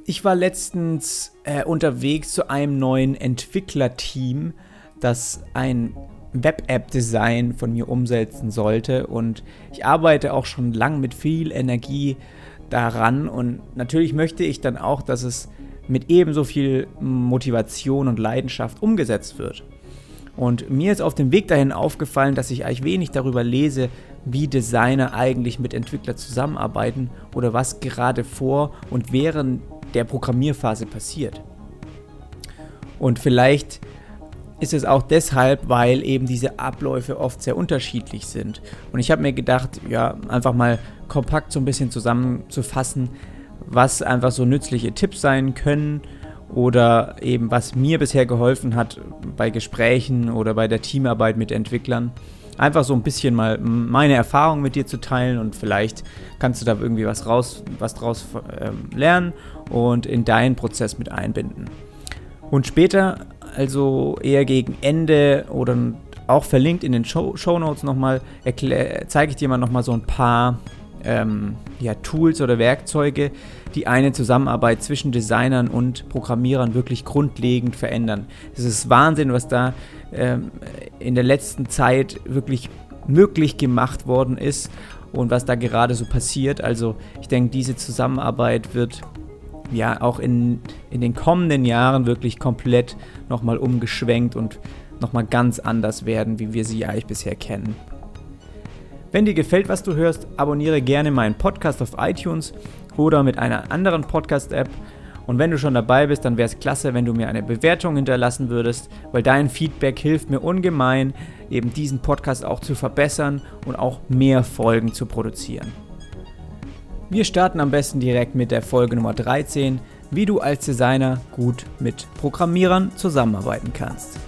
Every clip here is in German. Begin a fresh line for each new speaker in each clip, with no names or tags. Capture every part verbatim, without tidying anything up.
Ich war letztens äh, unterwegs zu einem neuen Entwicklerteam, das ein Web-App-Design von mir umsetzen sollte, und ich arbeite auch schon lang mit viel Energie daran, und natürlich möchte ich dann auch, dass es mit ebenso viel Motivation und Leidenschaft umgesetzt wird. Und mir ist auf dem Weg dahin aufgefallen, dass ich eigentlich wenig darüber lese, wie Designer eigentlich mit Entwicklern zusammenarbeiten oder was gerade vor und während der Programmierphase passiert. Und vielleicht ist es auch deshalb, weil eben diese Abläufe oft sehr unterschiedlich sind. Und ich habe mir gedacht, ja, einfach mal kompakt so ein bisschen zusammenzufassen, was einfach so nützliche Tipps sein können oder eben was mir bisher geholfen hat bei Gesprächen oder bei der Teamarbeit mit Entwicklern. Einfach so ein bisschen mal meine Erfahrungen mit dir zu teilen, und vielleicht kannst du da irgendwie was raus, was draus ähm, lernen und in deinen Prozess mit einbinden. Und später, also eher gegen Ende oder auch verlinkt in den Show, Shownotes nochmal, zeige ich dir mal nochmal so ein paar ähm, ja, Tools oder Werkzeuge, die eine Zusammenarbeit zwischen Designern und Programmierern wirklich grundlegend verändern. Es ist Wahnsinn, was da ähm, in der letzten Zeit wirklich möglich gemacht worden ist und was da gerade so passiert. Also ich denke, diese Zusammenarbeit wird ja auch in, in den kommenden Jahren wirklich komplett nochmal umgeschwenkt und nochmal ganz anders werden, wie wir sie eigentlich bisher kennen. Wenn dir gefällt, was du hörst, abonniere gerne meinen Podcast auf iTunes oder mit einer anderen Podcast-App. Und wenn du schon dabei bist, dann wäre es klasse, wenn du mir eine Bewertung hinterlassen würdest, weil dein Feedback hilft mir ungemein, eben diesen Podcast auch zu verbessern und auch mehr Folgen zu produzieren. Wir starten am besten direkt mit der Folge Nummer dreizehn, wie du als Designer gut mit Programmierern zusammenarbeiten kannst.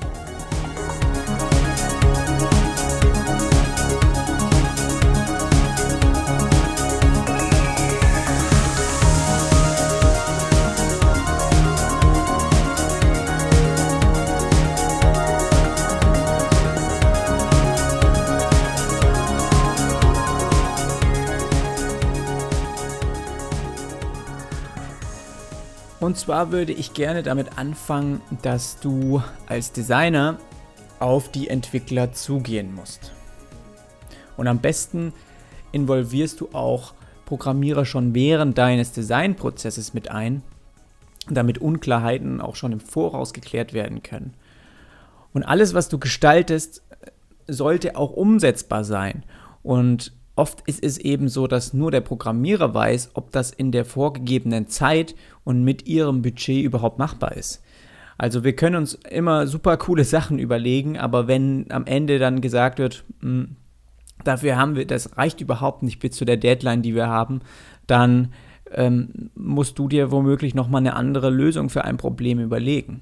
Und zwar würde ich gerne damit anfangen, dass du als Designer auf die Entwickler zugehen musst. Und am besten involvierst du auch Programmierer schon während deines Designprozesses mit ein, damit Unklarheiten auch schon im Voraus geklärt werden können. Und alles, was du gestaltest, sollte auch umsetzbar sein. Und oft ist es eben so, dass nur der Programmierer weiß, ob das in der vorgegebenen Zeit und mit ihrem Budget überhaupt machbar ist. Also wir können uns immer super coole Sachen überlegen, aber wenn am Ende dann gesagt wird, mh, dafür haben wir, das reicht überhaupt nicht bis zu der Deadline, die wir haben, dann ähm, musst du dir womöglich nochmal eine andere Lösung für ein Problem überlegen.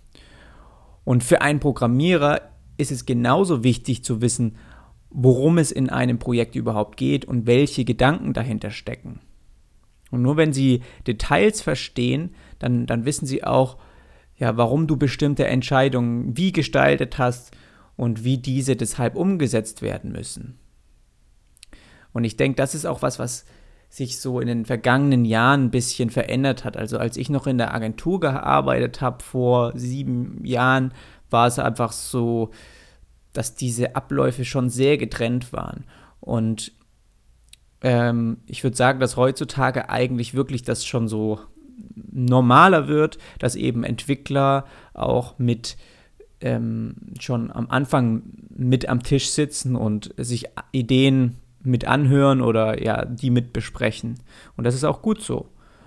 Und für einen Programmierer ist es genauso wichtig zu wissen, worum es in einem Projekt überhaupt geht und welche Gedanken dahinter stecken. Und nur wenn sie Details verstehen, dann, dann wissen sie auch, ja, warum du bestimmte Entscheidungen wie gestaltet hast und wie diese deshalb umgesetzt werden müssen. Und ich denke, das ist auch was, was sich so in den vergangenen Jahren ein bisschen verändert hat. Also als ich noch in der Agentur gearbeitet habe, vor sieben Jahren, war es einfach so, dass diese Abläufe schon sehr getrennt waren. Und ähm, ich würde sagen, dass heutzutage eigentlich wirklich das schon so normaler wird, dass eben Entwickler auch mit ähm, schon am Anfang mit am Tisch sitzen und sich Ideen mit anhören oder ja, die mit besprechen. Und das ist auch gut so.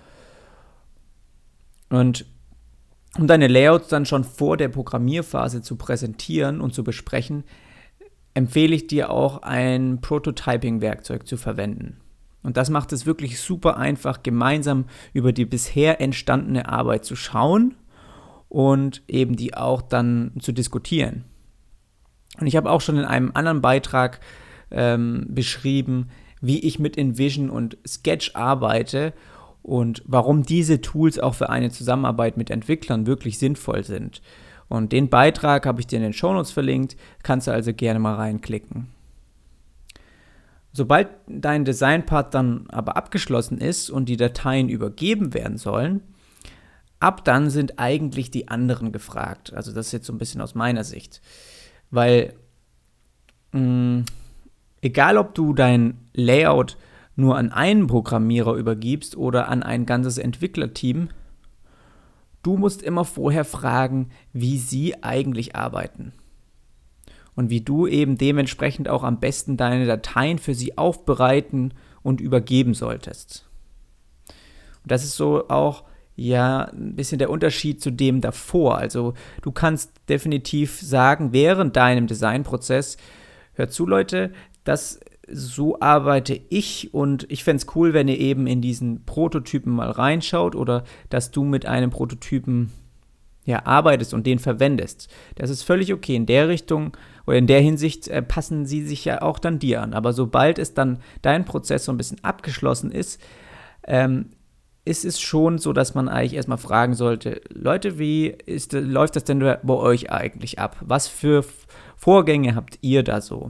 Und um deine Layouts dann schon vor der Programmierphase zu präsentieren und zu besprechen, empfehle ich dir auch ein Prototyping-Werkzeug zu verwenden. Und das macht es wirklich super einfach, gemeinsam über die bisher entstandene Arbeit zu schauen und eben die auch dann zu diskutieren. Und ich habe auch schon in einem anderen Beitrag ähm, beschrieben, wie ich mit InVision und Sketch arbeite und warum diese Tools auch für eine Zusammenarbeit mit Entwicklern wirklich sinnvoll sind. Und den Beitrag habe ich dir in den Shownotes verlinkt, kannst du also gerne mal reinklicken. Sobald dein Designpart dann aber abgeschlossen ist und die Dateien übergeben werden sollen, ab dann sind eigentlich die anderen gefragt. Also das ist jetzt so ein bisschen aus meiner Sicht. Weil mh, egal, ob du dein Layout nur an einen Programmierer übergibst oder an ein ganzes Entwicklerteam, du musst immer vorher fragen, wie sie eigentlich arbeiten. Und wie du eben dementsprechend auch am besten deine Dateien für sie aufbereiten und übergeben solltest. Und das ist so auch ja ein bisschen der Unterschied zu dem davor. Also du kannst definitiv sagen, während deinem Designprozess, hört zu Leute, das so arbeite ich und ich fände es cool, wenn ihr eben in diesen Prototypen mal reinschaut oder dass du mit einem Prototypen ja, arbeitest und den verwendest. Das ist völlig okay. In der Richtung oder in der Hinsicht äh, passen sie sich ja auch dann dir an. Aber sobald es dann dein Prozess so ein bisschen abgeschlossen ist, ähm, ist es schon so, dass man eigentlich erstmal fragen sollte, Leute, wie ist, läuft das denn bei euch eigentlich ab? Was für Vorgänge habt ihr da so?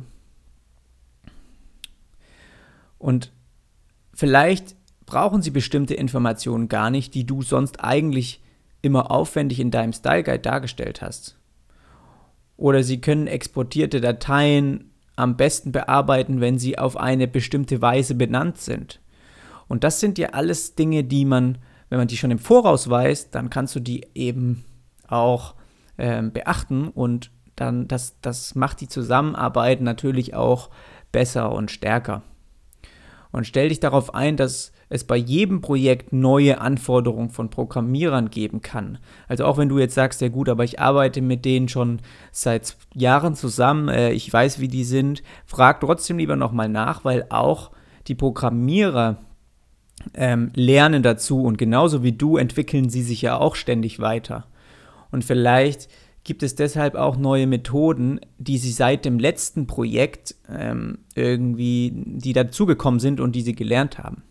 Und vielleicht brauchen sie bestimmte Informationen gar nicht, die du sonst eigentlich immer aufwendig in deinem Style Guide dargestellt hast. Oder sie können exportierte Dateien am besten bearbeiten, wenn sie auf eine bestimmte Weise benannt sind. Und das sind ja alles Dinge, die man, wenn man die schon im Voraus weiß, dann kannst du die eben auch ähm, beachten und dann das, das macht die Zusammenarbeit natürlich auch besser und stärker. Und stell dich darauf ein, dass es bei jedem Projekt neue Anforderungen von Programmierern geben kann. Also auch wenn du jetzt sagst, ja gut, aber ich arbeite mit denen schon seit Jahren zusammen, äh, ich weiß, wie die sind, frag trotzdem lieber nochmal nach, weil auch die Programmierer ähm, lernen dazu und genauso wie du entwickeln sie sich ja auch ständig weiter. Und vielleicht gibt es deshalb auch neue Methoden, die sie seit dem letzten Projekt ähm, irgendwie, die dazugekommen sind und die sie gelernt haben.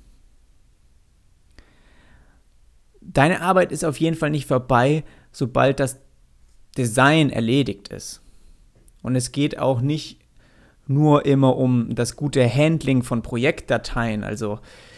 Deine Arbeit ist auf jeden Fall nicht vorbei, sobald das Design erledigt ist. Und es geht auch nicht nur immer um das gute Handling von Projektdateien. Also,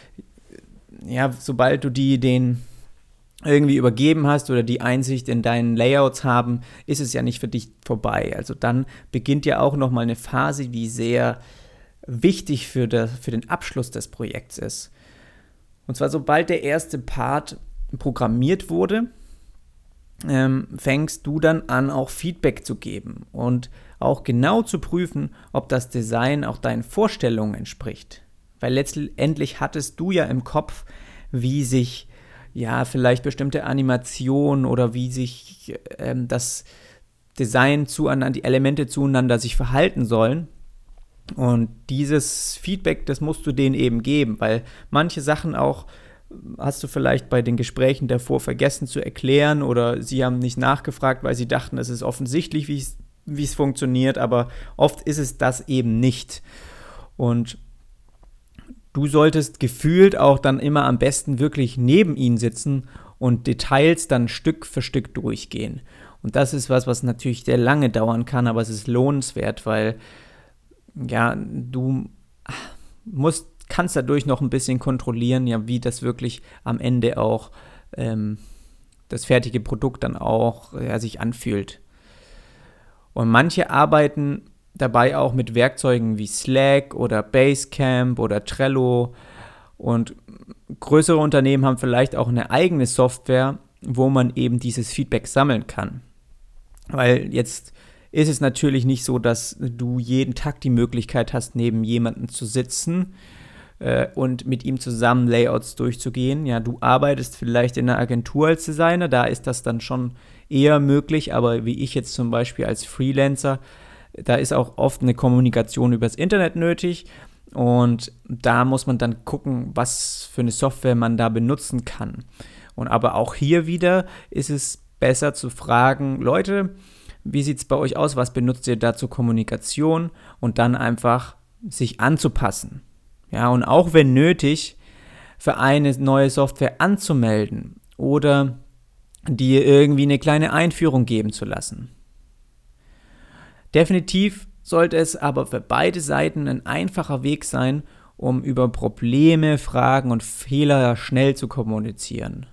ja, sobald du die den irgendwie übergeben hast oder die Einsicht in deinen Layouts haben, ist es ja nicht für dich vorbei. Also dann beginnt ja auch nochmal eine Phase, die sehr wichtig für, der, für den Abschluss des Projekts ist. Und zwar sobald der erste Part programmiert wurde, ähm, fängst du dann an, auch Feedback zu geben und auch genau zu prüfen, ob das Design auch deinen Vorstellungen entspricht. Weil letztendlich hattest du ja im Kopf, wie sich ja, vielleicht bestimmte Animationen oder wie sich ähm, das Design zueinander, die Elemente zueinander sich verhalten sollen. Und dieses Feedback, das musst du denen eben geben, weil manche Sachen auch hast du vielleicht bei den Gesprächen davor vergessen zu erklären oder sie haben nicht nachgefragt, weil sie dachten, es ist offensichtlich, wie es, wie es funktioniert, aber oft ist es das eben nicht. Und du solltest gefühlt auch dann immer am besten wirklich neben ihnen sitzen und Details dann Stück für Stück durchgehen. Und das ist was, was natürlich sehr lange dauern kann, aber es ist lohnenswert, weil ja, du musst, kannst dadurch noch ein bisschen kontrollieren, ja, wie das wirklich am Ende auch ähm, das fertige Produkt dann auch ja, sich anfühlt. Und manche arbeiten dabei auch mit Werkzeugen wie Slack oder Basecamp oder Trello und größere Unternehmen haben vielleicht auch eine eigene Software, wo man eben dieses Feedback sammeln kann. Weil jetzt ist es natürlich nicht so, dass du jeden Tag die Möglichkeit hast, neben jemandem zu sitzen äh, und mit ihm zusammen Layouts durchzugehen. Ja, du arbeitest vielleicht in einer Agentur als Designer, da ist das dann schon eher möglich, aber wie ich jetzt zum Beispiel als Freelancer, da ist auch oft eine Kommunikation übers Internet nötig und da muss man dann gucken, was für eine Software man da benutzen kann. Und aber auch hier wieder ist es besser zu fragen, Leute, wie sieht es bei euch aus, was benutzt ihr da zur Kommunikation und dann einfach sich anzupassen. Ja, und auch wenn nötig, für eine neue Software anzumelden oder dir irgendwie eine kleine Einführung geben zu lassen. Definitiv sollte es aber für beide Seiten ein einfacher Weg sein, um über Probleme, Fragen und Fehler schnell zu kommunizieren.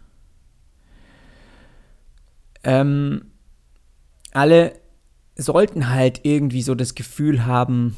Ähm, alle sollten halt irgendwie so das Gefühl haben,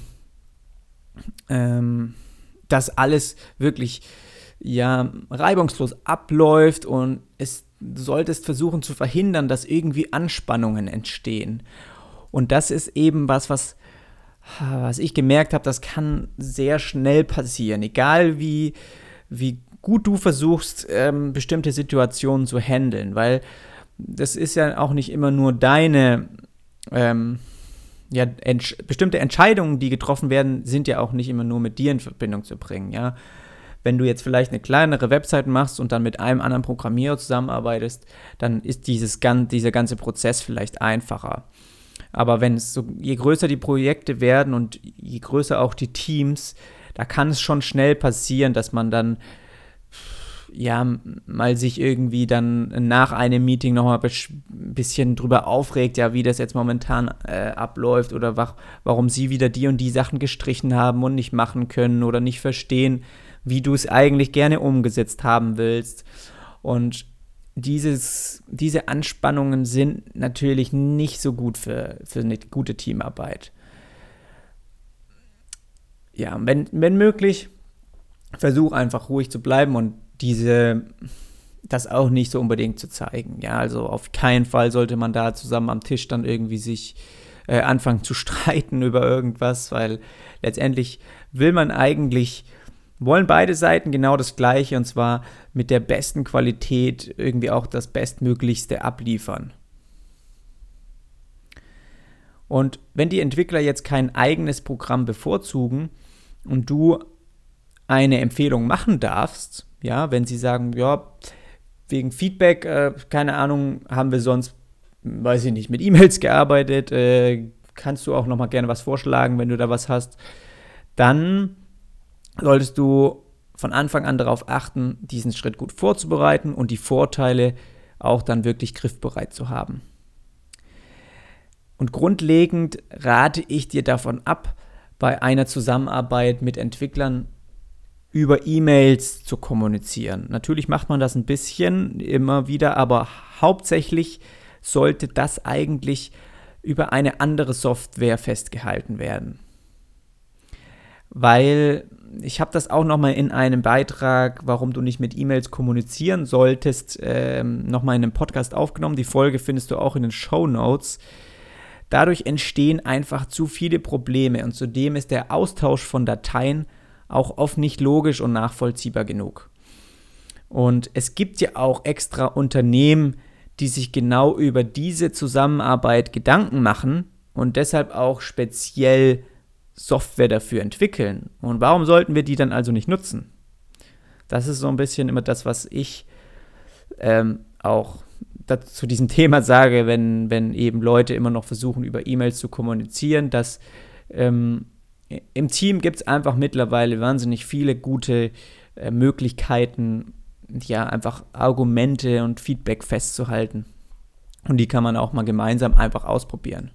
ähm, dass alles wirklich ja, reibungslos abläuft, und es, du solltest versuchen zu verhindern, dass irgendwie Anspannungen entstehen. Und das ist eben was, was, was ich gemerkt habe, das kann sehr schnell passieren, egal wie, wie gut du versuchst, ähm, bestimmte Situationen zu handeln, weil das ist ja auch nicht immer nur deine, ähm, ja, entsch- bestimmte Entscheidungen, die getroffen werden, sind ja auch nicht immer nur mit dir in Verbindung zu bringen, ja. Wenn du jetzt vielleicht eine kleinere Website machst und dann mit einem anderen Programmierer zusammenarbeitest, dann ist dieses, dieser ganze Prozess vielleicht einfacher. Aber wenn es so, je größer die Projekte werden und je größer auch die Teams, da kann es schon schnell passieren, dass man dann ja mal sich irgendwie dann nach einem Meeting nochmal ein bisschen drüber aufregt, ja, wie das jetzt momentan äh, abläuft oder wach, warum sie wieder die und die Sachen gestrichen haben und nicht machen können oder nicht verstehen, wie du es eigentlich gerne umgesetzt haben willst. Und dieses, diese Anspannungen sind natürlich nicht so gut für, für eine gute Teamarbeit. Ja, wenn, wenn möglich, versuch einfach ruhig zu bleiben und diese, das auch nicht so unbedingt zu zeigen. Ja, also auf keinen Fall sollte man da zusammen am Tisch dann irgendwie sich äh, anfangen zu streiten über irgendwas, weil letztendlich will man eigentlich wollen beide Seiten genau das Gleiche, und zwar mit der besten Qualität irgendwie auch das Bestmöglichste abliefern. Und wenn die Entwickler jetzt kein eigenes Programm bevorzugen und du eine Empfehlung machen darfst, ja, wenn sie sagen, ja, wegen Feedback, äh, keine Ahnung, haben wir sonst, weiß ich nicht, mit E-Mails gearbeitet, äh, kannst du auch nochmal gerne was vorschlagen, wenn du da was hast, dann solltest du von Anfang an darauf achten, diesen Schritt gut vorzubereiten und die Vorteile auch dann wirklich griffbereit zu haben. Und grundlegend rate ich dir davon ab, bei einer Zusammenarbeit mit Entwicklern über E-Mails zu kommunizieren. Natürlich macht man das ein bisschen immer wieder, aber hauptsächlich sollte das eigentlich über eine andere Software festgehalten werden. Weil ich habe das auch nochmal in einem Beitrag, warum du nicht mit E-Mails kommunizieren solltest, ähm, nochmal in einem Podcast aufgenommen. Die Folge findest du auch in den Shownotes. Dadurch entstehen einfach zu viele Probleme, und zudem ist der Austausch von Dateien auch oft nicht logisch und nachvollziehbar genug. Und es gibt ja auch extra Unternehmen, die sich genau über diese Zusammenarbeit Gedanken machen und deshalb auch speziell Software dafür entwickeln. Und warum sollten wir die dann also nicht nutzen? Das ist so ein bisschen immer das, was ich ähm, auch zu diesem Thema sage, wenn, wenn eben Leute immer noch versuchen, über E-Mails zu kommunizieren, dass ähm, im Team gibt es einfach mittlerweile wahnsinnig viele gute äh, Möglichkeiten, ja, einfach Argumente und Feedback festzuhalten. Und die kann man auch mal gemeinsam einfach ausprobieren.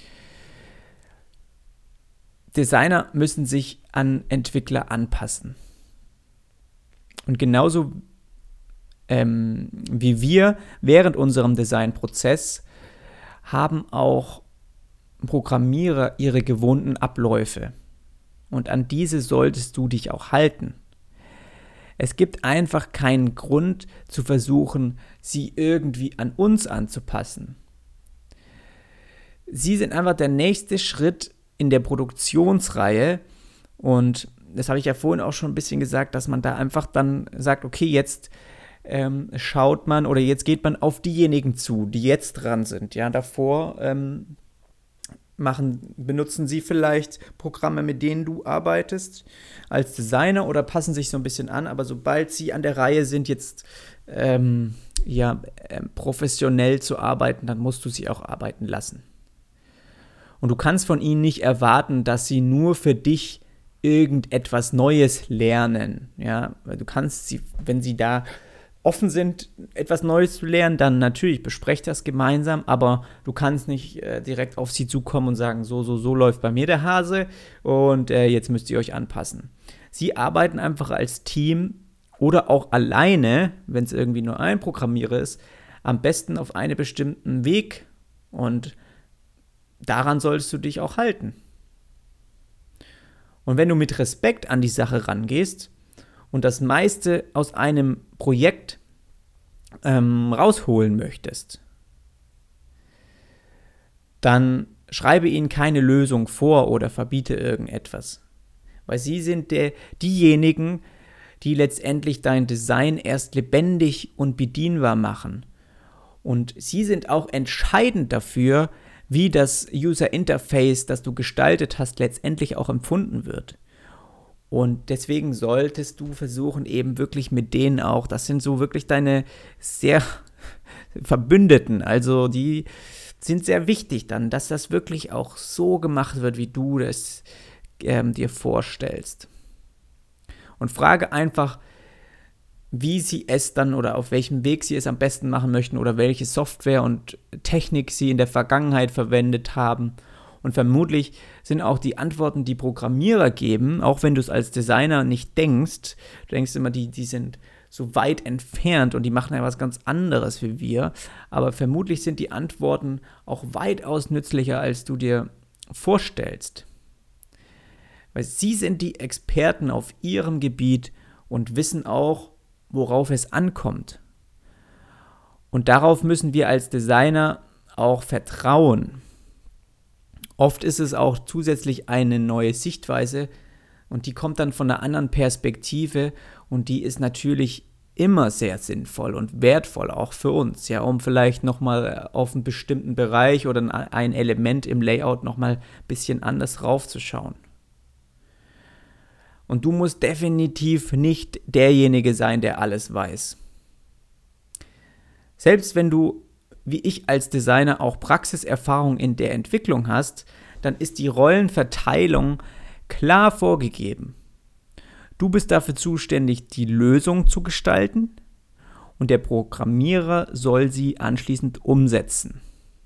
Designer müssen sich an Entwickler anpassen. Und genauso ähm, wie wir während unserem Designprozess haben auch Programmierer ihre gewohnten Abläufe. Und an diese solltest du dich auch halten. Es gibt einfach keinen Grund zu versuchen, sie irgendwie an uns anzupassen. Sie sind einfach der nächste Schritt in der Produktionsreihe, und das habe ich ja vorhin auch schon ein bisschen gesagt, dass man da einfach dann sagt, okay, jetzt ähm, schaut man oder jetzt geht man auf diejenigen zu, die jetzt dran sind. Ja, davor ähm, machen, benutzen sie vielleicht Programme, mit denen du arbeitest als Designer, oder passen sich so ein bisschen an, aber sobald sie an der Reihe sind, jetzt ähm, ja, äh, professionell zu arbeiten, dann musst du sie auch arbeiten lassen. Und du kannst von ihnen nicht erwarten, dass sie nur für dich irgendetwas Neues lernen. Ja, weil du kannst sie, wenn sie da offen sind, etwas Neues zu lernen, dann natürlich besprecht das gemeinsam, aber du kannst nicht äh, direkt auf sie zukommen und sagen, so, so, so läuft bei mir der Hase und äh, jetzt müsst ihr euch anpassen. Sie arbeiten einfach als Team oder auch alleine, wenn es irgendwie nur ein Programmierer ist, am besten auf einen bestimmten Weg und daran solltest du dich auch halten. Und wenn du mit Respekt an die Sache rangehst und das meiste aus einem Projekt ähm, rausholen möchtest, dann schreibe ihnen keine Lösung vor oder verbiete irgendetwas. Weil sie sind der, diejenigen, die letztendlich dein Design erst lebendig und bedienbar machen. Und sie sind auch entscheidend dafür, wie das User Interface, das du gestaltet hast, letztendlich auch empfunden wird. Und deswegen solltest du versuchen, eben wirklich mit denen auch, das sind so wirklich deine sehr Verbündeten, also die sind sehr wichtig dann, dass das wirklich auch so gemacht wird, wie du das ähm, dir vorstellst. Und frage einfach, wie sie es dann oder auf welchem Weg sie es am besten machen möchten oder welche Software und Technik sie in der Vergangenheit verwendet haben. Und vermutlich sind auch die Antworten, die Programmierer geben, auch wenn du es als Designer nicht denkst, du denkst immer, die, die sind so weit entfernt und die machen ja was ganz anderes wie wir, aber vermutlich sind die Antworten auch weitaus nützlicher, als du dir vorstellst. Weil sie sind die Experten auf ihrem Gebiet und wissen auch, worauf es ankommt. Und darauf müssen wir als Designer auch vertrauen. Oft ist es auch zusätzlich eine neue Sichtweise und die kommt dann von einer anderen Perspektive und die ist natürlich immer sehr sinnvoll und wertvoll, auch für uns, ja, um vielleicht nochmal auf einen bestimmten Bereich oder ein Element im Layout nochmal ein bisschen anders raufzuschauen. Und du musst definitiv nicht derjenige sein, der alles weiß. Selbst wenn du, wie ich als Designer, auch Praxiserfahrung in der Entwicklung hast, dann ist die Rollenverteilung klar vorgegeben. Du bist dafür zuständig, die Lösung zu gestalten und der Programmierer soll sie anschließend umsetzen.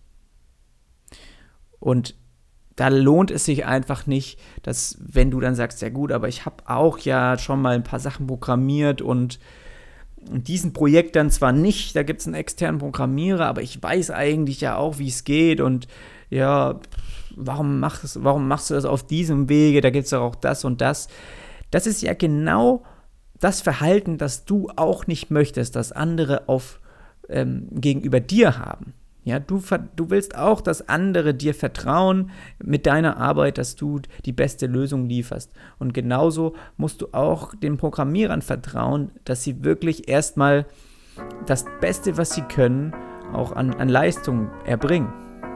Und da lohnt es sich einfach nicht, dass, wenn du dann sagst, ja gut, aber ich habe auch ja schon mal ein paar Sachen programmiert und in diesem Projekt dann zwar nicht, da gibt es einen externen Programmierer, aber ich weiß eigentlich ja auch, wie es geht und ja, warum machst, warum machst du das auf diesem Wege, da gibt es doch auch das und das. Das ist ja genau das Verhalten, das du auch nicht möchtest, dass andere auf, ähm, gegenüber dir haben. Ja, du, du willst auch, dass andere dir vertrauen mit deiner Arbeit, dass du die beste Lösung lieferst. Und genauso musst du auch den Programmierern vertrauen, dass sie wirklich erstmal das Beste, was sie können, auch an, an Leistung erbringen.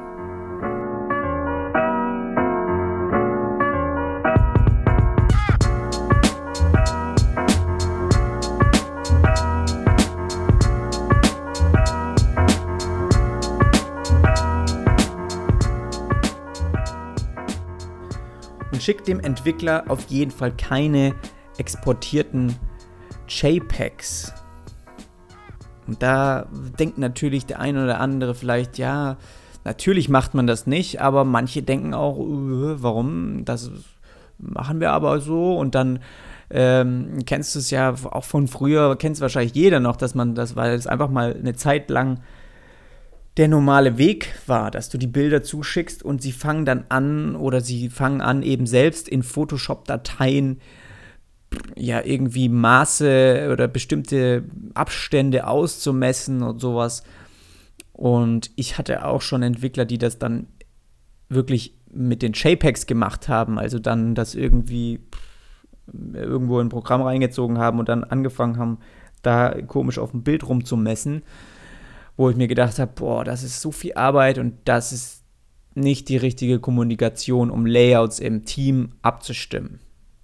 Schick dem Entwickler auf jeden Fall keine exportierten JPEGs. Und da denkt natürlich der eine oder andere vielleicht, ja, natürlich macht man das nicht, aber manche denken auch, äh, warum, das machen wir aber so und dann ähm, kennst du es ja auch von früher, kennt es wahrscheinlich jeder noch, dass man das, weil es einfach mal eine Zeit lang der normale Weg war, dass du die Bilder zuschickst und sie fangen dann an oder sie fangen an eben selbst in Photoshop-Dateien ja irgendwie Maße oder bestimmte Abstände auszumessen und sowas. Und ich hatte auch schon Entwickler, die das dann wirklich mit den JPEGs gemacht haben, also dann das irgendwie irgendwo in ein Programm reingezogen haben und dann angefangen haben, da komisch auf dem Bild rumzumessen, wo ich mir gedacht habe, boah, das ist so viel Arbeit und das ist nicht die richtige Kommunikation, um Layouts im Team abzustimmen.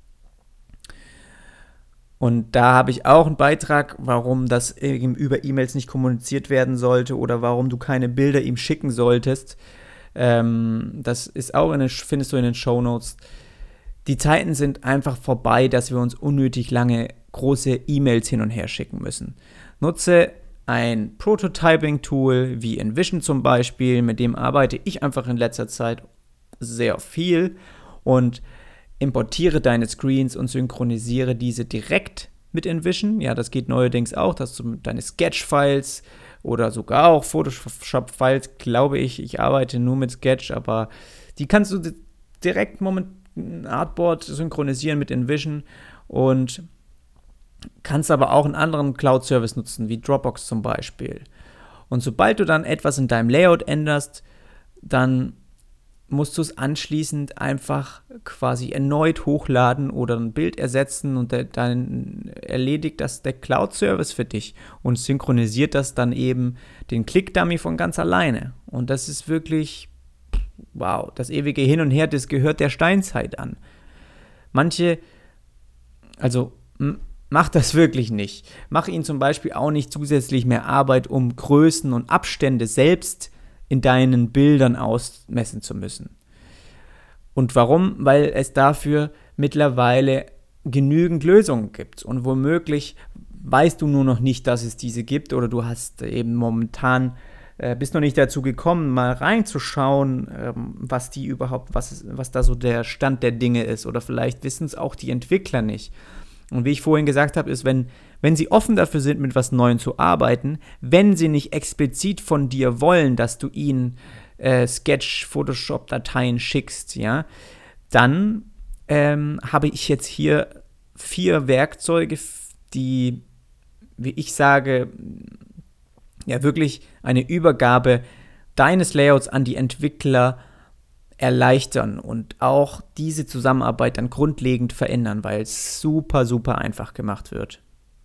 Und da habe ich auch einen Beitrag, warum das über E-Mails nicht kommuniziert werden sollte oder warum du keine Bilder ihm schicken solltest. Ähm, das ist auch in den, findest du in den Shownotes. Die Zeiten sind einfach vorbei, dass wir uns unnötig lange große E-Mails hin und her schicken müssen. Nutze ein Prototyping-Tool wie InVision zum Beispiel, mit dem arbeite ich einfach in letzter Zeit sehr viel und importiere deine Screens und synchronisiere diese direkt mit InVision. Ja, das geht neuerdings auch, dass du deine Sketch-Files oder sogar auch Photoshop-Files, glaube ich, ich arbeite nur mit Sketch, aber die kannst du direkt momentan Artboard synchronisieren mit InVision und kannst aber auch einen anderen Cloud-Service nutzen, wie Dropbox zum Beispiel. Und sobald du dann etwas in deinem Layout änderst, dann musst du es anschließend einfach quasi erneut hochladen oder ein Bild ersetzen und dann erledigt das der Cloud-Service für dich und synchronisiert das dann eben den Click-Dummy von ganz alleine. Und das ist wirklich, wow, das ewige Hin und Her, das gehört der Steinzeit an. Manche, also mach das wirklich nicht. Mach ihnen zum Beispiel auch nicht zusätzlich mehr Arbeit, um Größen und Abstände selbst in deinen Bildern ausmessen zu müssen. Und warum? Weil es dafür mittlerweile genügend Lösungen gibt. Und womöglich weißt du nur noch nicht, dass es diese gibt oder du hast eben momentan, äh, bist noch nicht dazu gekommen, mal reinzuschauen, ähm, was die überhaupt, was, was da so der Stand der Dinge ist. Oder vielleicht wissen es auch die Entwickler nicht. Und wie ich vorhin gesagt habe, ist, wenn, wenn sie offen dafür sind, mit was Neuem zu arbeiten, wenn sie nicht explizit von dir wollen, dass du ihnen äh, Sketch-Photoshop-Dateien schickst, ja, dann ähm, habe ich jetzt hier vier Werkzeuge, die, wie ich sage, ja wirklich eine Übergabe deines Layouts an die Entwickler erleichtern und auch diese Zusammenarbeit dann grundlegend verändern, weil es super, super einfach gemacht wird.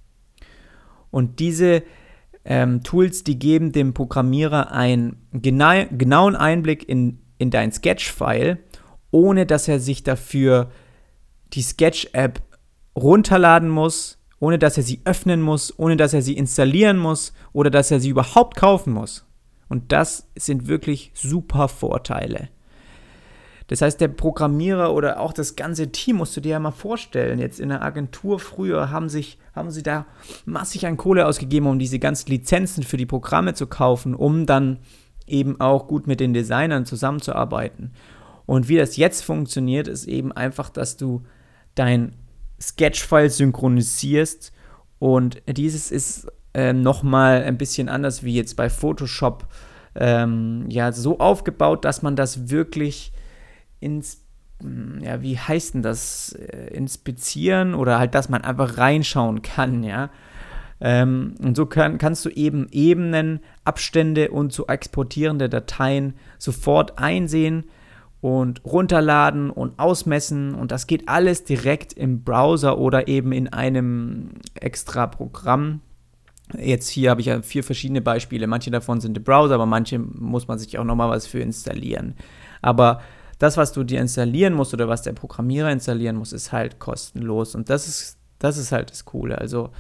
Und diese ähm, Tools, die geben dem Programmierer einen gena- genauen Einblick in, in dein Sketch-File, ohne dass er sich dafür die Sketch-App runterladen muss, ohne dass er sie öffnen muss, ohne dass er sie installieren muss oder dass er sie überhaupt kaufen muss. Und das sind wirklich super Vorteile. Das heißt, der Programmierer oder auch das ganze Team, musst du dir ja mal vorstellen, jetzt in der Agentur früher haben, sich, haben sie da massig an Kohle ausgegeben, um diese ganzen Lizenzen für die Programme zu kaufen, um dann eben auch gut mit den Designern zusammenzuarbeiten. Und wie das jetzt funktioniert, ist eben einfach, dass du dein Sketch-File synchronisierst und dieses ist äh, nochmal ein bisschen anders wie jetzt bei Photoshop, ähm, ja, so aufgebaut, dass man das wirklich ins, ja, wie heißt denn das, inspizieren oder halt, dass man einfach reinschauen kann, ja. Ähm, und so kann, kannst du eben Ebenen, Abstände und so exportierende Dateien sofort einsehen und runterladen und ausmessen und das geht alles direkt im Browser oder eben in einem extra Programm. Jetzt hier habe ich ja vier verschiedene Beispiele, manche davon sind im Browser, aber manche muss man sich auch nochmal was für installieren. Aber das, was du dir installieren musst oder was der Programmierer installieren muss, ist halt kostenlos. Und das ist, das ist halt das Coole. Also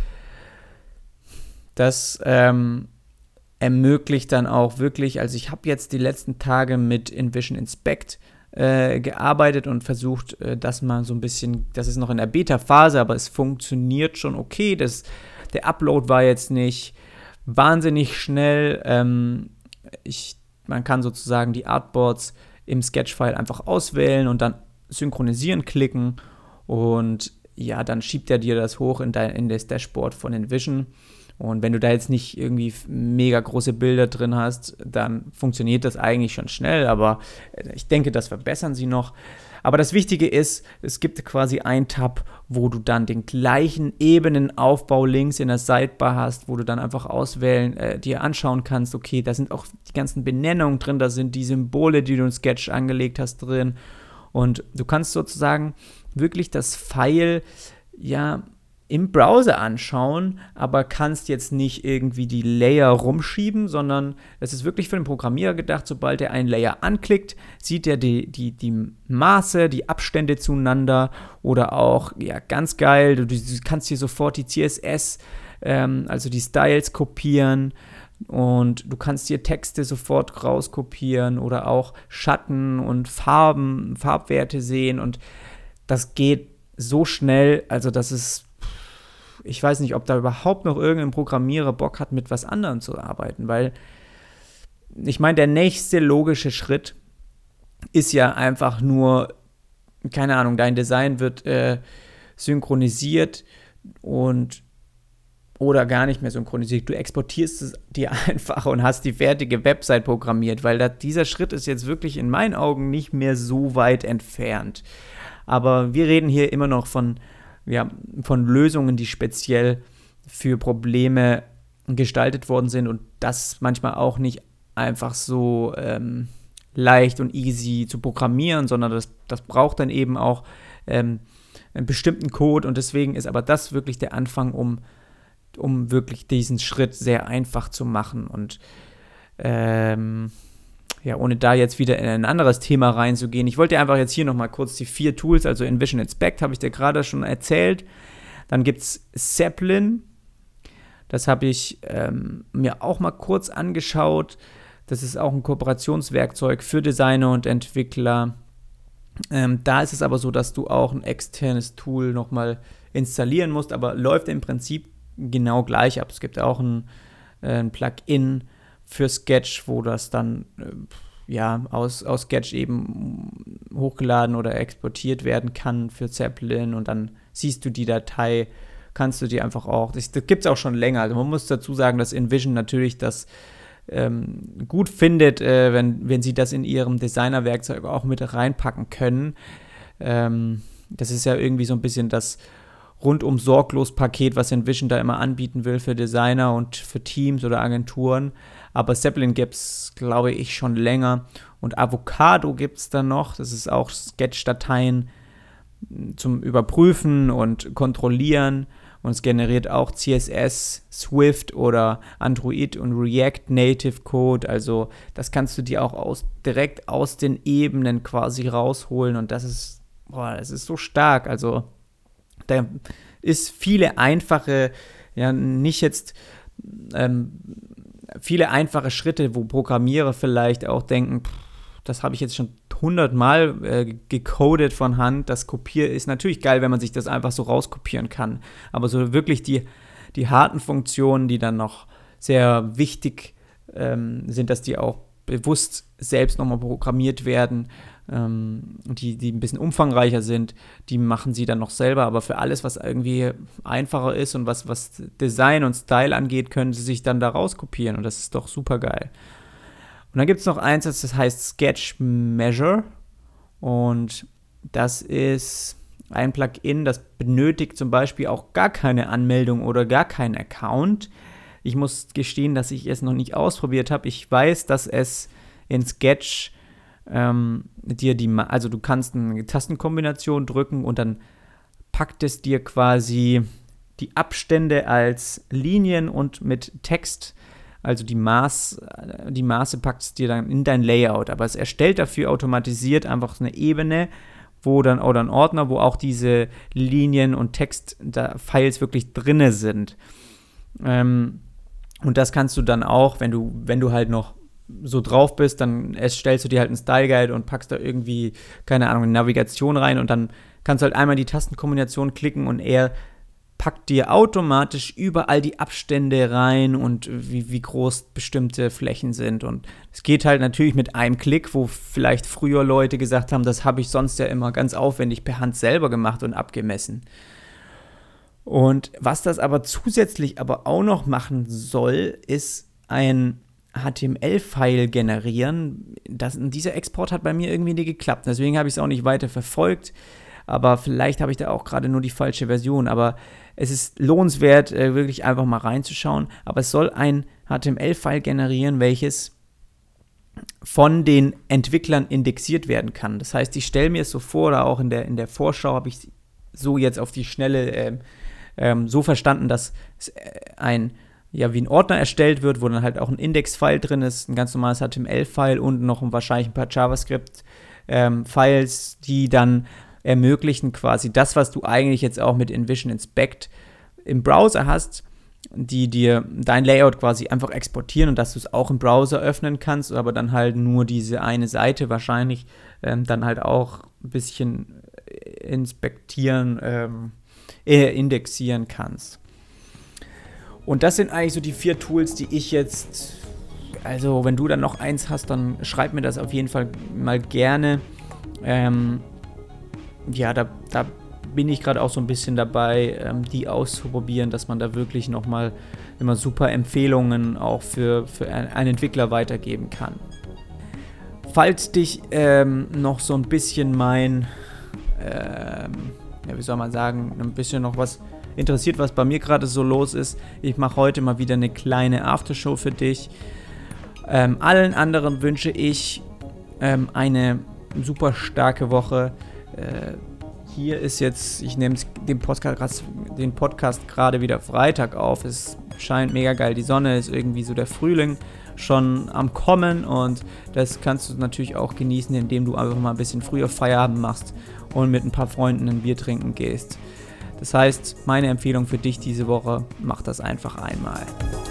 das ähm, ermöglicht dann auch wirklich, also ich habe jetzt die letzten Tage mit InVision Inspect äh, gearbeitet und versucht, äh, das mal so ein bisschen, das ist noch in der Beta-Phase, aber es funktioniert schon okay. Das, der Upload war jetzt nicht wahnsinnig schnell. Ähm, ich, man kann sozusagen die Artboards im Sketch-File einfach auswählen und dann synchronisieren klicken und ja, dann schiebt er dir das hoch in, dein, in das Dashboard von InVision und wenn du da jetzt nicht irgendwie mega große Bilder drin hast, dann funktioniert das eigentlich schon schnell, aber ich denke, das verbessern sie noch. Aber das Wichtige ist, es gibt quasi einen Tab, wo du dann den gleichen Ebenenaufbau links in der Sidebar hast, wo du dann einfach auswählen, äh, dir anschauen kannst, okay, da sind auch die ganzen Benennungen drin, da sind die Symbole, die du in Sketch angelegt hast, drin. Und du kannst sozusagen wirklich das File, ja, im Browser anschauen, aber kannst jetzt nicht irgendwie die Layer rumschieben, sondern es ist wirklich für den Programmierer gedacht, sobald er einen Layer anklickt, sieht er die, die, die Maße, die Abstände zueinander oder auch, ja, ganz geil, du, du kannst hier sofort die C S S, ähm, also die Styles kopieren und du kannst hier Texte sofort rauskopieren oder auch Schatten und Farben, Farbwerte sehen und das geht so schnell, also das ist ich weiß nicht, ob da überhaupt noch irgendein Programmierer Bock hat, mit was anderem zu arbeiten, weil ich meine, der nächste logische Schritt ist ja einfach nur, keine Ahnung, dein Design wird äh, synchronisiert und oder gar nicht mehr synchronisiert. Du exportierst es dir einfach und hast die fertige Website programmiert, weil da, dieser Schritt ist jetzt wirklich in meinen Augen nicht mehr so weit entfernt. Aber wir reden hier immer noch von, ja, von Lösungen, die speziell für Probleme gestaltet worden sind und das manchmal auch nicht einfach so ähm, leicht und easy zu programmieren, sondern das, das braucht dann eben auch ähm, einen bestimmten Code und deswegen ist aber das wirklich der Anfang, um um wirklich diesen Schritt sehr einfach zu machen und ähm, ja, ohne da jetzt wieder in ein anderes Thema reinzugehen. Ich wollte einfach jetzt hier nochmal kurz die vier Tools, also InVision Inspect habe ich dir gerade schon erzählt. Dann gibt es Zeppelin, das habe ich ähm, mir auch mal kurz angeschaut. Das ist auch ein Kooperationswerkzeug für Designer und Entwickler. Ähm, da ist es aber so, dass du auch ein externes Tool nochmal installieren musst, aber läuft im Prinzip genau gleich ab. Es gibt auch ein, äh, ein Plugin für Sketch, wo das dann äh, ja, aus, aus Sketch eben hochgeladen oder exportiert werden kann für Zeppelin und dann siehst du die Datei, kannst du die einfach auch, das, das gibt es auch schon länger. Also man muss dazu sagen, dass InVision natürlich das ähm, gut findet, äh, wenn, wenn sie das in ihrem Designer-Werkzeug auch mit reinpacken können. Ähm, das ist ja irgendwie so ein bisschen das rundum sorglos Paket, was InVision da immer anbieten will für Designer und für Teams oder Agenturen. Aber Zeppelin gibt es, glaube ich, schon länger. Und Avocado gibt es dann noch. Das ist auch Sketch-Dateien zum Überprüfen und Kontrollieren. Und es generiert auch C S S, Swift oder Android und React Native Code. Also das kannst du dir auch aus, direkt aus den Ebenen quasi rausholen. Und das ist, boah, das ist so stark. Also da ist viele einfache, ja, nicht jetzt ähm, viele einfache Schritte, wo Programmierer vielleicht auch denken, pff, das habe ich jetzt schon hundertmal äh, gecodet von Hand, das Kopieren ist natürlich geil, wenn man sich das einfach so rauskopieren kann, aber so wirklich die, die harten Funktionen, die dann noch sehr wichtig ähm, sind, dass die auch bewusst selbst nochmal programmiert werden, ähm, die, die ein bisschen umfangreicher sind, die machen sie dann noch selber, aber für alles, was irgendwie einfacher ist und was, was Design und Style angeht, können sie sich dann da rauskopieren und das ist doch super geil. Und dann gibt es noch eins, das heißt Sketch Measure und das ist ein Plugin, das benötigt zum Beispiel auch gar keine Anmeldung oder gar keinen Account. Ich muss gestehen, dass ich es noch nicht ausprobiert habe. Ich weiß, dass es in Sketch ähm, dir die, also du kannst eine Tastenkombination drücken und dann packt es dir quasi die Abstände als Linien und mit Text, also die Maß, die Maße packt es dir dann in dein Layout. Aber es erstellt dafür automatisiert einfach eine Ebene, wo dann, oder ein Ordner, wo auch diese Linien und Text-Files wirklich drinne sind. Ähm, und das kannst du dann auch, wenn du, wenn du halt noch so drauf bist, dann erstellst du dir halt einen Style Guide und packst da irgendwie, keine Ahnung, eine Navigation rein und dann kannst du halt einmal die Tastenkombination klicken und er packt dir automatisch überall die Abstände rein und wie, wie groß bestimmte Flächen sind. Und es geht halt natürlich mit einem Klick, wo vielleicht früher Leute gesagt haben, das habe ich sonst ja immer ganz aufwendig per Hand selber gemacht und abgemessen. Und was das aber zusätzlich aber auch noch machen soll, ist ein H T M L-File generieren. Das, dieser Export hat bei mir irgendwie nie geklappt. Deswegen habe ich es auch nicht weiter verfolgt. Aber vielleicht habe ich da auch gerade nur die falsche Version. Aber es ist lohnenswert, äh, wirklich einfach mal reinzuschauen. Aber es soll ein H T M L-File generieren, welches von den Entwicklern indexiert werden kann. Das heißt, ich stelle mir es so vor, oder auch in der, in der Vorschau habe ich so jetzt auf die Schnelle äh, ähm, so verstanden, dass es ein, ja, wie ein Ordner erstellt wird, wo dann halt auch ein Index-File drin ist, ein ganz normales H T M L-File und noch ein, wahrscheinlich ein paar JavaScript-Files, ähm, die dann ermöglichen quasi das, was du eigentlich jetzt auch mit InVision Inspect im Browser hast, die dir dein Layout quasi einfach exportieren und dass du es auch im Browser öffnen kannst, aber dann halt nur diese eine Seite wahrscheinlich ähm, dann halt auch ein bisschen inspektieren, ähm, indexieren kannst. Und das sind eigentlich so die vier Tools, die ich jetzt, also wenn du dann noch eins hast, dann schreib mir das auf jeden Fall mal gerne. Ähm, ja, da, da bin ich gerade auch so ein bisschen dabei, ähm, die auszuprobieren, dass man da wirklich nochmal immer super Empfehlungen auch für, für einen Entwickler weitergeben kann. Falls dich ähm, noch so ein bisschen mein, ähm, ja, wie soll man sagen, ein bisschen noch was interessiert, was bei mir gerade so los ist, ich mache heute mal wieder eine kleine Aftershow für dich. Ähm, allen anderen wünsche ich ähm, eine super starke Woche. Äh, hier ist jetzt, ich nehme den Podcast, den Podcast gerade wieder Freitag auf. Es scheint mega geil, die Sonne ist irgendwie so der Frühling schon am Kommen und das kannst du natürlich auch genießen, indem du einfach mal ein bisschen früher Feierabend machst und mit ein paar Freunden ein Bier trinken gehst. Das heißt, meine Empfehlung für dich diese Woche, mach das einfach einmal.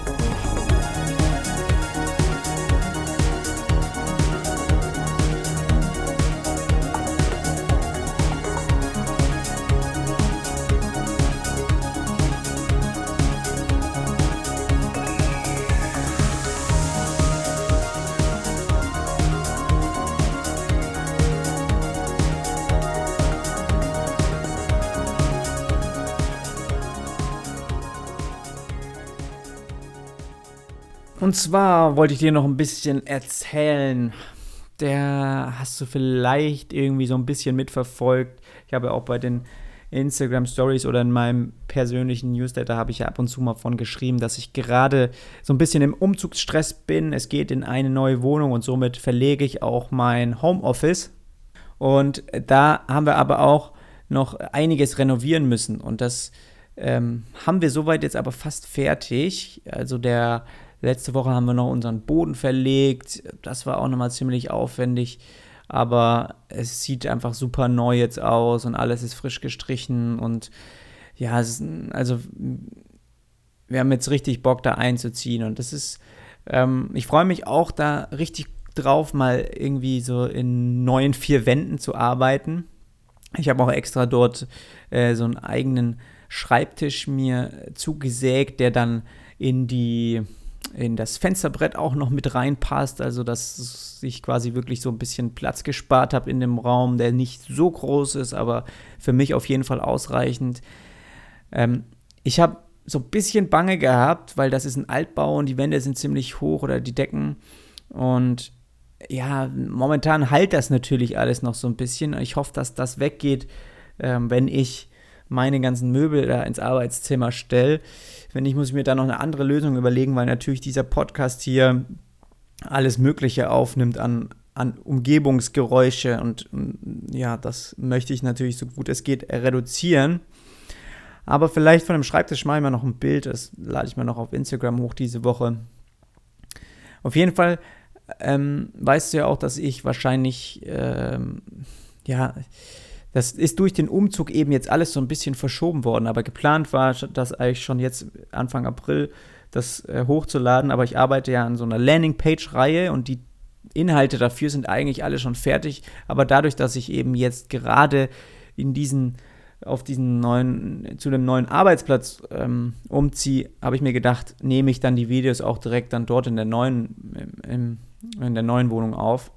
Und zwar wollte ich dir noch ein bisschen erzählen, der hast du vielleicht irgendwie so ein bisschen mitverfolgt. Ich habe ja auch bei den Instagram Stories oder in meinem persönlichen Newsletter habe ich ja ab und zu mal von geschrieben, dass ich gerade so ein bisschen im Umzugsstress bin. Es geht in eine neue Wohnung und somit verlege ich auch mein Homeoffice. Und da haben wir aber auch noch einiges renovieren müssen. Und das ähm, haben wir soweit jetzt aber fast fertig. Also der Letzte Woche haben wir noch unseren Boden verlegt. Das war auch nochmal ziemlich aufwendig. Aber es sieht einfach super neu jetzt aus und alles ist frisch gestrichen. Und ja, es ist, also wir haben jetzt richtig Bock, da einzuziehen. Und das ist, ähm, ich freue mich auch da richtig drauf, mal irgendwie so in neuen vier Wänden zu arbeiten. Ich habe auch extra dort äh, so einen eigenen Schreibtisch mir zugesägt, der dann in die in das Fensterbrett auch noch mit reinpasst, also dass ich quasi wirklich so ein bisschen Platz gespart habe in dem Raum, der nicht so groß ist, aber für mich auf jeden Fall ausreichend. Ähm, ich habe so ein bisschen Bange gehabt, weil das ist ein Altbau und die Wände sind ziemlich hoch oder die Decken und ja, momentan halt das natürlich alles noch so ein bisschen. Ich hoffe, dass das weggeht, ähm, wenn ich meine ganzen Möbel da ins Arbeitszimmer stelle. Wenn nicht, muss ich mir da noch eine andere Lösung überlegen, weil natürlich dieser Podcast hier alles Mögliche aufnimmt an, an Umgebungsgeräusche und ja, das möchte ich natürlich so gut es geht reduzieren. Aber vielleicht von dem Schreibtisch mache ich mal noch ein Bild, das lade ich mal noch auf Instagram hoch diese Woche. Auf jeden Fall ähm, weißt du ja auch, dass ich wahrscheinlich, ähm, ja, das ist durch den Umzug eben jetzt alles so ein bisschen verschoben worden, aber geplant war das eigentlich schon jetzt Anfang April, das äh, hochzuladen, aber ich arbeite ja an so einer Landingpage-Reihe und die Inhalte dafür sind eigentlich alle schon fertig, aber dadurch, dass ich eben jetzt gerade in diesen, auf diesen neuen, zu dem neuen Arbeitsplatz ähm, umziehe, habe ich mir gedacht, nehme ich dann die Videos auch direkt dann dort in der neuen, im, in der neuen Wohnung auf,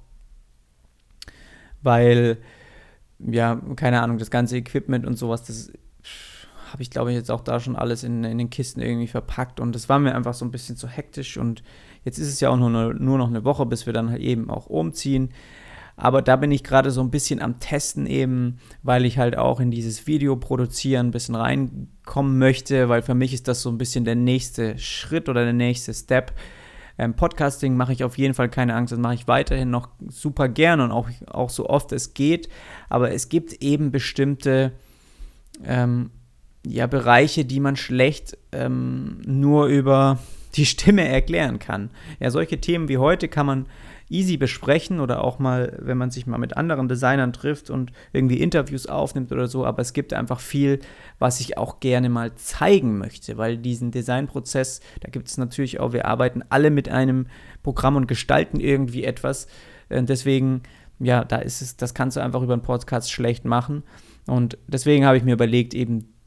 weil ja, keine Ahnung, das ganze Equipment und sowas, das habe ich, glaube ich, jetzt auch da schon alles in, in den Kisten irgendwie verpackt und das war mir einfach so ein bisschen zu hektisch und jetzt ist es ja auch nur, eine, nur noch eine Woche, bis wir dann halt eben auch umziehen, aber da bin ich gerade so ein bisschen am Testen eben, weil ich halt auch in dieses Video produzieren ein bisschen reinkommen möchte, weil für mich ist das so ein bisschen der nächste Schritt oder der nächste Step. Ähm, Podcasting mache ich auf jeden Fall, keine Angst, das mache ich weiterhin noch super gern und auch, auch so oft es geht, aber es gibt eben bestimmte ähm, ja, Bereiche, die man schlecht ähm, nur über die Stimme erklären kann. Ja, solche Themen wie heute kann man easy besprechen oder auch mal, wenn man sich mal mit anderen Designern trifft und irgendwie Interviews aufnimmt oder so, aber es gibt einfach viel, was ich auch gerne mal zeigen möchte, weil diesen Designprozess, da gibt es natürlich auch, wir arbeiten alle mit einem Programm und gestalten irgendwie etwas, deswegen, ja, da ist es, das kannst du einfach über einen Podcast schlecht machen und deswegen habe ich mir überlegt, eben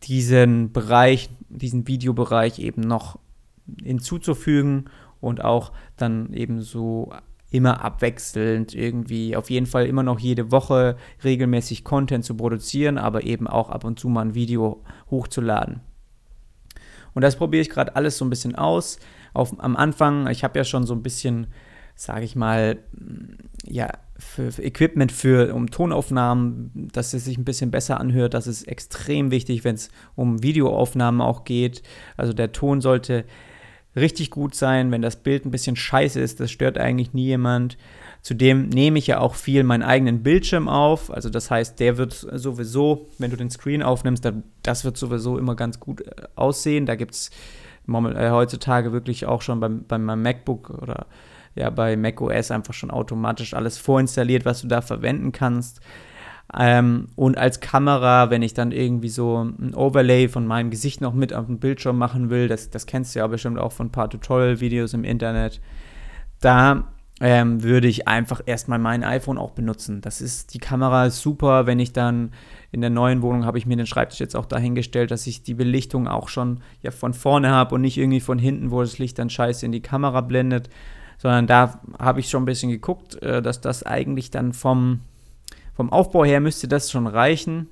diesen Bereich, diesen Videobereich eben noch hinzuzufügen und auch dann eben so immer abwechselnd irgendwie, auf jeden Fall immer noch jede Woche regelmäßig Content zu produzieren, aber eben auch ab und zu mal ein Video hochzuladen. Und das probiere ich gerade alles so ein bisschen aus. Auf, am Anfang, ich habe ja schon so ein bisschen, sage ich mal, ja, für, für Equipment für um Tonaufnahmen, dass es sich ein bisschen besser anhört. Das ist extrem wichtig, wenn es um Videoaufnahmen auch geht. Also der Ton sollte richtig gut sein, wenn das Bild ein bisschen scheiße ist, das stört eigentlich nie jemand. Zudem nehme ich ja auch viel meinen eigenen Bildschirm auf, also das heißt, der wird sowieso, wenn du den Screen aufnimmst, das wird sowieso immer ganz gut aussehen. Da gibt es äh, heutzutage wirklich auch schon beim, bei meinem MacBook oder ja bei macOS einfach schon automatisch alles vorinstalliert, was du da verwenden kannst. Ähm, und als Kamera, wenn ich dann irgendwie so ein Overlay von meinem Gesicht noch mit auf dem Bildschirm machen will, das, das kennst du ja bestimmt auch von ein paar Tutorial-Videos im Internet, da ähm, würde ich einfach erstmal mein iPhone auch benutzen. Das ist, die Kamera ist super, wenn ich dann in der neuen Wohnung habe ich mir den Schreibtisch jetzt auch dahingestellt, dass ich die Belichtung auch schon ja von vorne habe und nicht irgendwie von hinten, wo das Licht dann scheiße in die Kamera blendet, sondern da habe ich schon ein bisschen geguckt, äh, dass das eigentlich dann vom Vom Aufbau her müsste das schon reichen.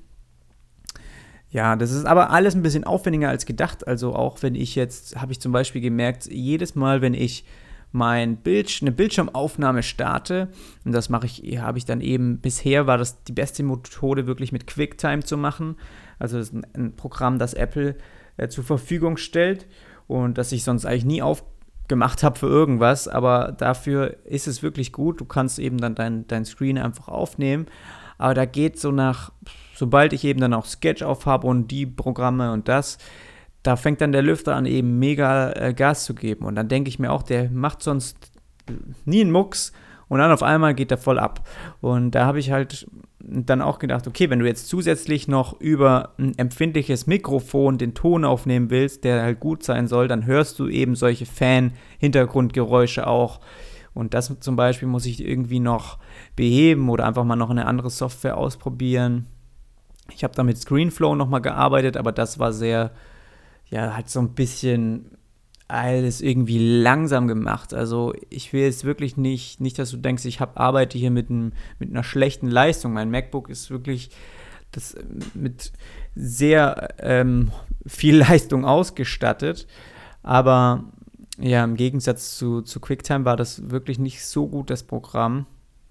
Ja, das ist aber alles ein bisschen aufwendiger als gedacht. Also auch wenn ich jetzt, habe ich zum Beispiel gemerkt, jedes Mal, wenn ich mein Bild, eine Bildschirmaufnahme starte, und das mache ich, habe ich dann eben, bisher war das die beste Methode, wirklich mit QuickTime zu machen. Also das ist ein, ein Programm, das Apple äh, zur Verfügung stellt und das ich sonst eigentlich nie auf gemacht habe für irgendwas, aber dafür ist es wirklich gut. Du kannst eben dann dein, dein Screen einfach aufnehmen, aber da geht so nach, sobald ich eben dann auch Sketch auf habe und die Programme und das, da fängt dann der Lüfter an, eben mega äh, Gas zu geben und dann denke ich mir auch, der macht sonst nie einen Mucks und dann auf einmal geht er voll ab und da habe ich halt dann auch gedacht, okay, wenn du jetzt zusätzlich noch über ein empfindliches Mikrofon den Ton aufnehmen willst, der halt gut sein soll, dann hörst du eben solche Fan-Hintergrundgeräusche auch. Und das zum Beispiel muss ich irgendwie noch beheben oder einfach mal noch eine andere Software ausprobieren. Ich habe da mit ScreenFlow nochmal gearbeitet, aber das war sehr, ja, halt so ein bisschen alles irgendwie langsam gemacht. Also ich will jetzt wirklich nicht, nicht, dass du denkst, ich hab, arbeite hier mit, ein, mit einer schlechten Leistung. Mein MacBook ist wirklich das, mit sehr ähm, viel Leistung ausgestattet. Aber ja, im Gegensatz zu, zu QuickTime war das wirklich nicht so gut, das Programm.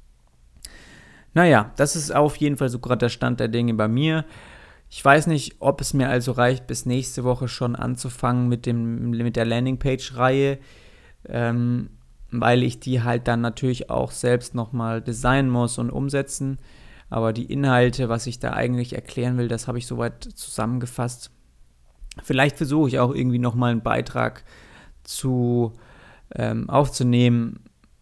Naja, das ist auf jeden Fall so gerade der Stand der Dinge bei mir. Ich weiß nicht, ob es mir also reicht, bis nächste Woche schon anzufangen mit, dem, mit der Landingpage-Reihe, ähm, weil ich die halt dann natürlich auch selbst nochmal designen muss und umsetzen. Aber die Inhalte, was ich da eigentlich erklären will, das habe ich soweit zusammengefasst. Vielleicht versuche ich auch irgendwie nochmal einen Beitrag zu ähm, aufzunehmen,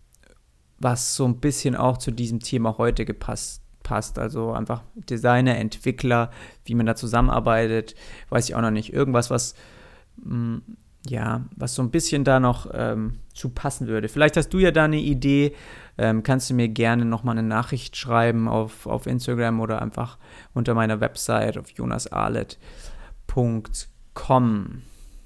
was so ein bisschen auch zu diesem Thema heute gepasst passt. Also einfach Designer, Entwickler, wie man da zusammenarbeitet, weiß ich auch noch nicht. Irgendwas, was mh, ja, was so ein bisschen da noch ähm, zu passen würde. Vielleicht hast du ja da eine Idee, ähm, kannst du mir gerne nochmal eine Nachricht schreiben auf, auf Instagram oder einfach unter meiner Website auf jonas arlet punkt com.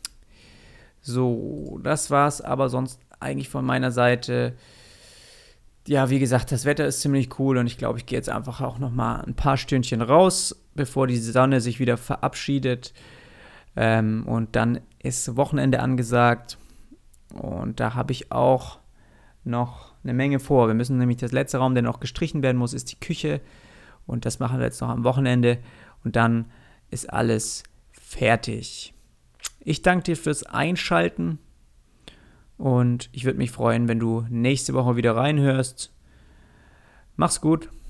So, das war's aber sonst eigentlich von meiner Seite. Ja, wie gesagt, das Wetter ist ziemlich cool und ich glaube, ich gehe jetzt einfach auch noch mal ein paar Stündchen raus, bevor die Sonne sich wieder verabschiedet. Ähm, und dann ist Wochenende angesagt und da habe ich auch noch eine Menge vor. Wir müssen nämlich, das letzte Raum, der noch gestrichen werden muss, ist die Küche und das machen wir jetzt noch am Wochenende und dann ist alles fertig. Ich danke dir fürs Einschalten. Und ich würde mich freuen, wenn du nächste Woche wieder reinhörst. Mach's gut.